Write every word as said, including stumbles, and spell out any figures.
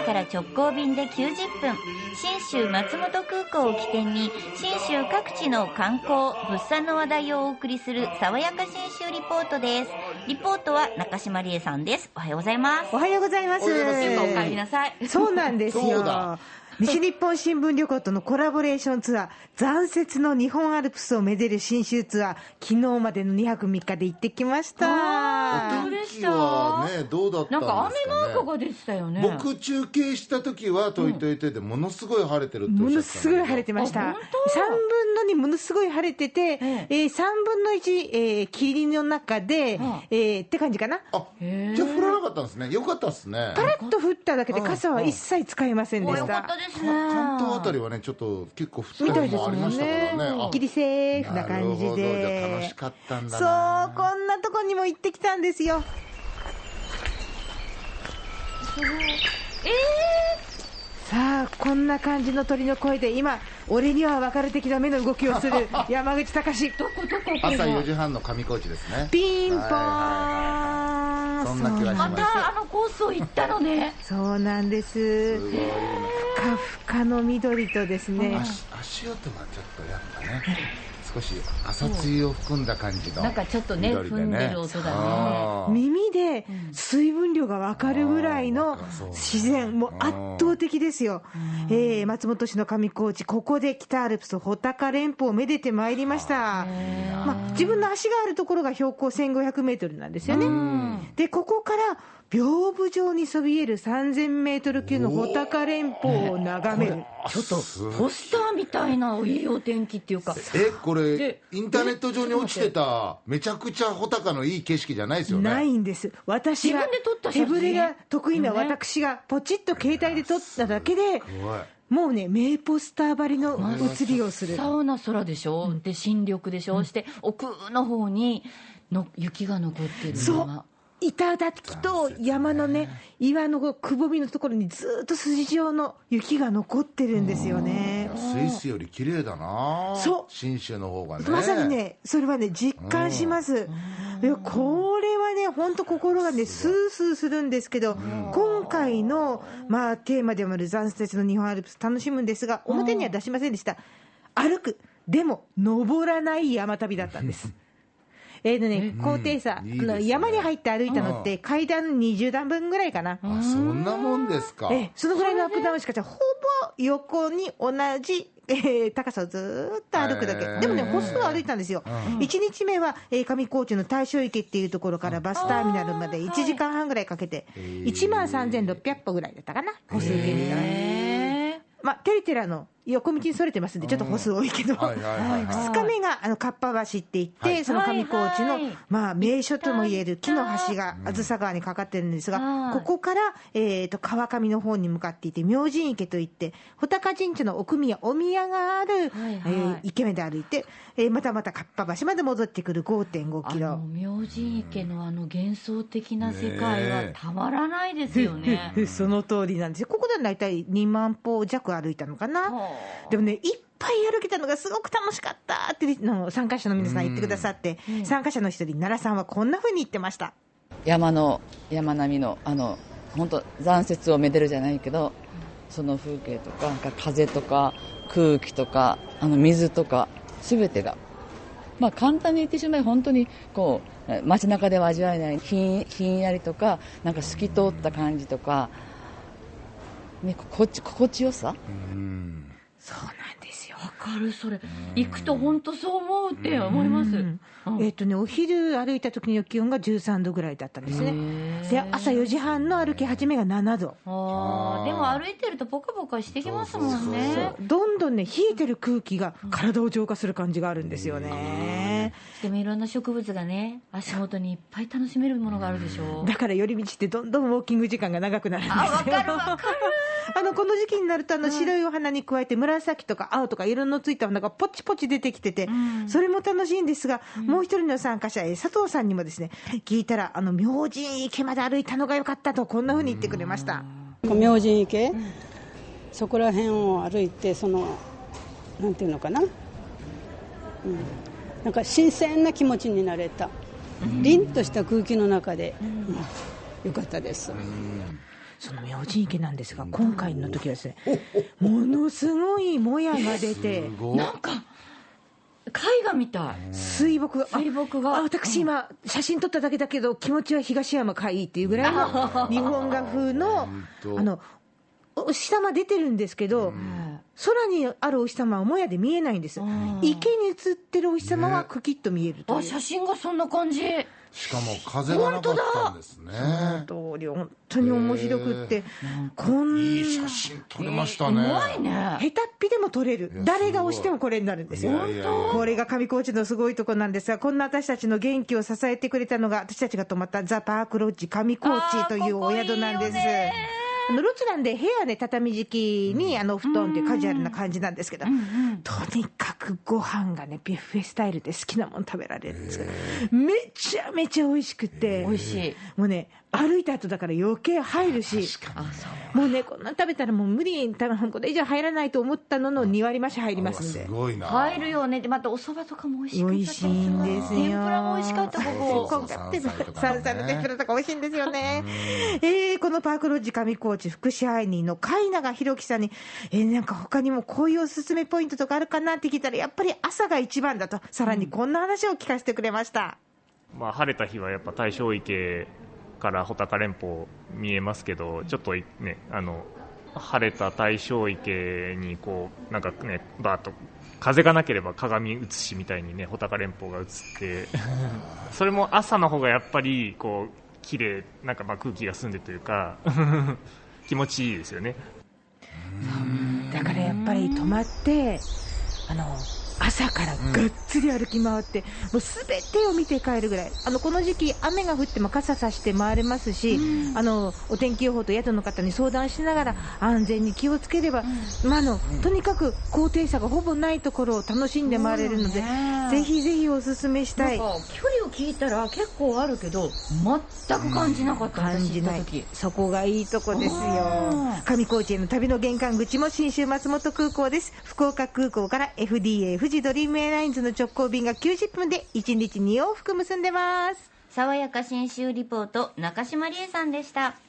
から直行便できゅうじゅっぷん、信州松本空港を起点に信州各地の観光物産の話題をお送りする爽やか信州リポートです。リポートは中島理恵さんです。おはようございます。 おはようございます。 お帰りなさい。 そうなんですよ。西日本新聞旅行とのコラボレーションツアー、残雪の日本アルプスをめでる信州ツアー、昨日までのにはくみっかで行ってきました。 お天気はね、どうだったんですかね。 なんか雨マークが出てたよね。 僕中継した時はトイトイトイでものすごい晴れてるっておっしゃってたんだけど、 ものすごい晴れてました。さんぶんのにものすごい晴れてて、ええー、さんぶんのいち、えー、霧の中で、えー、って感じかな。 あ、じゃあ降らなかったんですね。よかったですね。 パラッと降っただけで傘は一切使いませんでした。 よかったですね。 関東あたりはね、ちょっと結構降ったりもありましたからね。 ギリセーフな感じで。 なるほど、じゃあ楽しかったんだな。 そう、こんなとこにも行ってきたんですよ。えー、さあ、こんな感じの鳥の声で今俺には分かる的な目の動きをする山口隆。 どこどこ朝よじはんの上高地ですね。 ピンポーン、はいはいはい、 そんな気がします。 またあのコースを行ったのね。 そうなんです。 すごいね。 ふかふかの緑とですね、 足, 足音がちょっとやっぱね、少し朝露を含んだ感じの、 なんかちょっとね、踏んでる音だね。 耳で水分量が分かるぐらいの自然、もう圧倒的ですよ。えー、松本市の上高地、ここで北アルプス穂高連峰をめでてまいりました。まあ、自分の足があるところが標高せんごひゃくメートルなんですよね。でここから屏風状にそびえるさんぜんメートル級の穂高連峰を眺める。 ちょっとポスターみたいないいお天気っていうか、 え、これインターネット上に落ちてためちゃくちゃ穂高のいい景色じゃないですよね。 ないんです。私が手ぶれが得意な私がポチッと携帯で撮っただけで、もうね、名ポスター張りの写りをする。 真っ青な空でしょ、うん、で新緑でしょ、うん、して奥の方にの雪が残ってる。 そう頂と山のね、岩のくぼみのところにずっと筋状の雪が残ってるんですよね。 スイスより綺麗だな。 そう、 信州の方がね、 まさにね、それはね実感します。いや、これはね本当心がねスースーするんですけど、今回の、まあ、テーマでもある残雪の日本アルプス楽しむんですが、表には出しませんでした。歩く、でも登らない山旅だったんですえーとね、高低差、うんいいね、山に入って歩いたのって階段にじゅうだんぶんぐらいかな。 あ、そんなもんですか。 えそのぐらいのアップダウンしか、ほぼ横に同じ、えー、高さをずっと歩くだけ。でもね、歩数を歩いたんですよ。うん、いちにちめは、えー、上高地の大正池っていうところからバスターミナルまでいちじかんはんぐらいかけて、いちまんさんぜんろっぴゃくぽぐらいだったかな、歩数計見たら。まあ、テレテラの横道にそれてますんでちょっと歩数多いけど、ふつかめがあのかっぱ橋って言って、はい、その上高地の、はいはい、まあ、名所ともいえる木の橋があずさ川にかかってるんですが、うん、ここから、えー、と川上の方に向かっていて明神池といって穂高神社の奥宮お宮がある、はいはい、えー、池目で歩いて、えー、またまたかっぱ橋まで戻ってくる ごてんごキロ。 明神池のあの幻想的な世界はたまらないですよね。 その通りなんですよ。ここでは大体にまんぽ弱歩いたのかな。でもね、いっぱい歩けたのがすごく楽しかったっての参加者の皆さん言ってくださって、うん、参加者の一人奈良さんはこんな風に言ってました。 山の山並みのあの本当残雪をめでるじゃないけど、その風景とか風とか空気とかあの水とか全てが、まあ、簡単に言ってしまい本当にこう街中では味わえないひん、ひんやりとかなんか透き通った感じとか、ね、心地、心地よさ。 うん、そうなんですよ。 わかる、それ行くと本当そう思うって思います。うんうん、えーとね、お昼歩いた時の気温がじゅうさんどぐらいだったんですね。で朝よじはんの歩き始めがななど。 あでも歩いてるとポカポカしてきますもんね。そうそうそう、どんどんね冷えてる空気が体を浄化する感じがあるんですよね。 でもいろんな植物がね足元にいっぱい楽しめるものがあるでしょう。 だから寄り道ってどんどんウォーキング時間が長くなるんですよ。 あ、わかるわかるあのこの時期になるとあの白いお花に加えて紫とか青とか色のついた花がポチポチ出てきてて、うん、それも楽しいんですが、うん、もう一人の参加者佐藤さんにもですね聞いたら、あの明神池まで歩いたのが良かったとこんな風に言ってくれました。 明神池、うん、そこら辺を歩いて、そのなんていうのかな、うん、なんか新鮮な気持ちになれた、うん、凛とした空気の中で、うんうん、よかったです。うん、 その明神池なんですが、今回の時はですね、ものすごいもやが出て、 なんか絵画みたい、 水墨が、 水墨があ私今写真撮っただけだけど気持ちは東山海っていうぐらいの日本画風のあのお日様出てるんですけど、空にあるお日様はもやで見えないんです。池に映ってるお日様はくきっと見えるという、 あ、写真がそんな感じ。 しかも風がなかったんですね。 その通り本当に面白くって、こんないい写真撮れましたね。 うまいね。 下手っぴでも撮れる、誰が押してもこれになるんですよ。 いやいやいやこれが上高地のすごいとこなんですが、こんな私たちの元気を支えてくれたのが、私たちが泊まったザ・パークロッジ上高地というお宿なんです。あのロチなんで部屋で畳敷きにあの布団っていうカジュアルな感じなんですけど、とにかくご飯がねビュッフェスタイルで好きなもの食べられるんですよ。めちゃめちゃ美味しくて、 美味しい。 もうね歩いた後だから余計入るし、もうねこんな食べたらもう無理に多分これ以上入らないと思ったののに割増し入りますんで。 すごいな。 入るよね。でまたお蕎麦とかも美味しかった。 美味しいんですよ。 天ぷらも美味しかった。こここうやって山菜の天ぷらとか美味しいんですよね。えー、このパークロッジ上高地副支配人の貝永博樹さんに、えー、なんか他にもこういうおすすめポイントとかあるかなって聞いたら、やっぱり朝が一番だと、さらにこんな話を聞かせてくれました。 うん、まあ、晴れた日はやっぱ大正池から穂高連峰見えますけど、ちょっとね、あの晴れた大正池にこうなんかねバーッと風がなければ鏡写しみたいにね穂高連峰が映ってそれも朝の方がやっぱりこう綺麗、なんかまあ空気が澄んでというか気持ちいいですよね。 だからやっぱり泊まってあの朝からがっつり歩き回って、うん、もうすべてを見て帰るぐらい、あのこの時期雨が降っても傘さして回れますし、うん、あのお天気予報と宿の方に相談しながら安全に気をつければ、うん、まあ、あのとにかく高低差がほぼないところを楽しんで回れるので、ぜひぜひおすすめしたい。 なんか距離を聞いたら結構あるけど全く感じなかった、 うん、感じない。 時そこがいいとこですよ。上高地への旅の玄関口も信州松本空港です。福岡空港から エフディーエー 富士ドリームエアラインズの直行便がきゅうじゅっぷんでいちにちに往復結んでます。 爽やか信州リポート、中島理恵さんでした。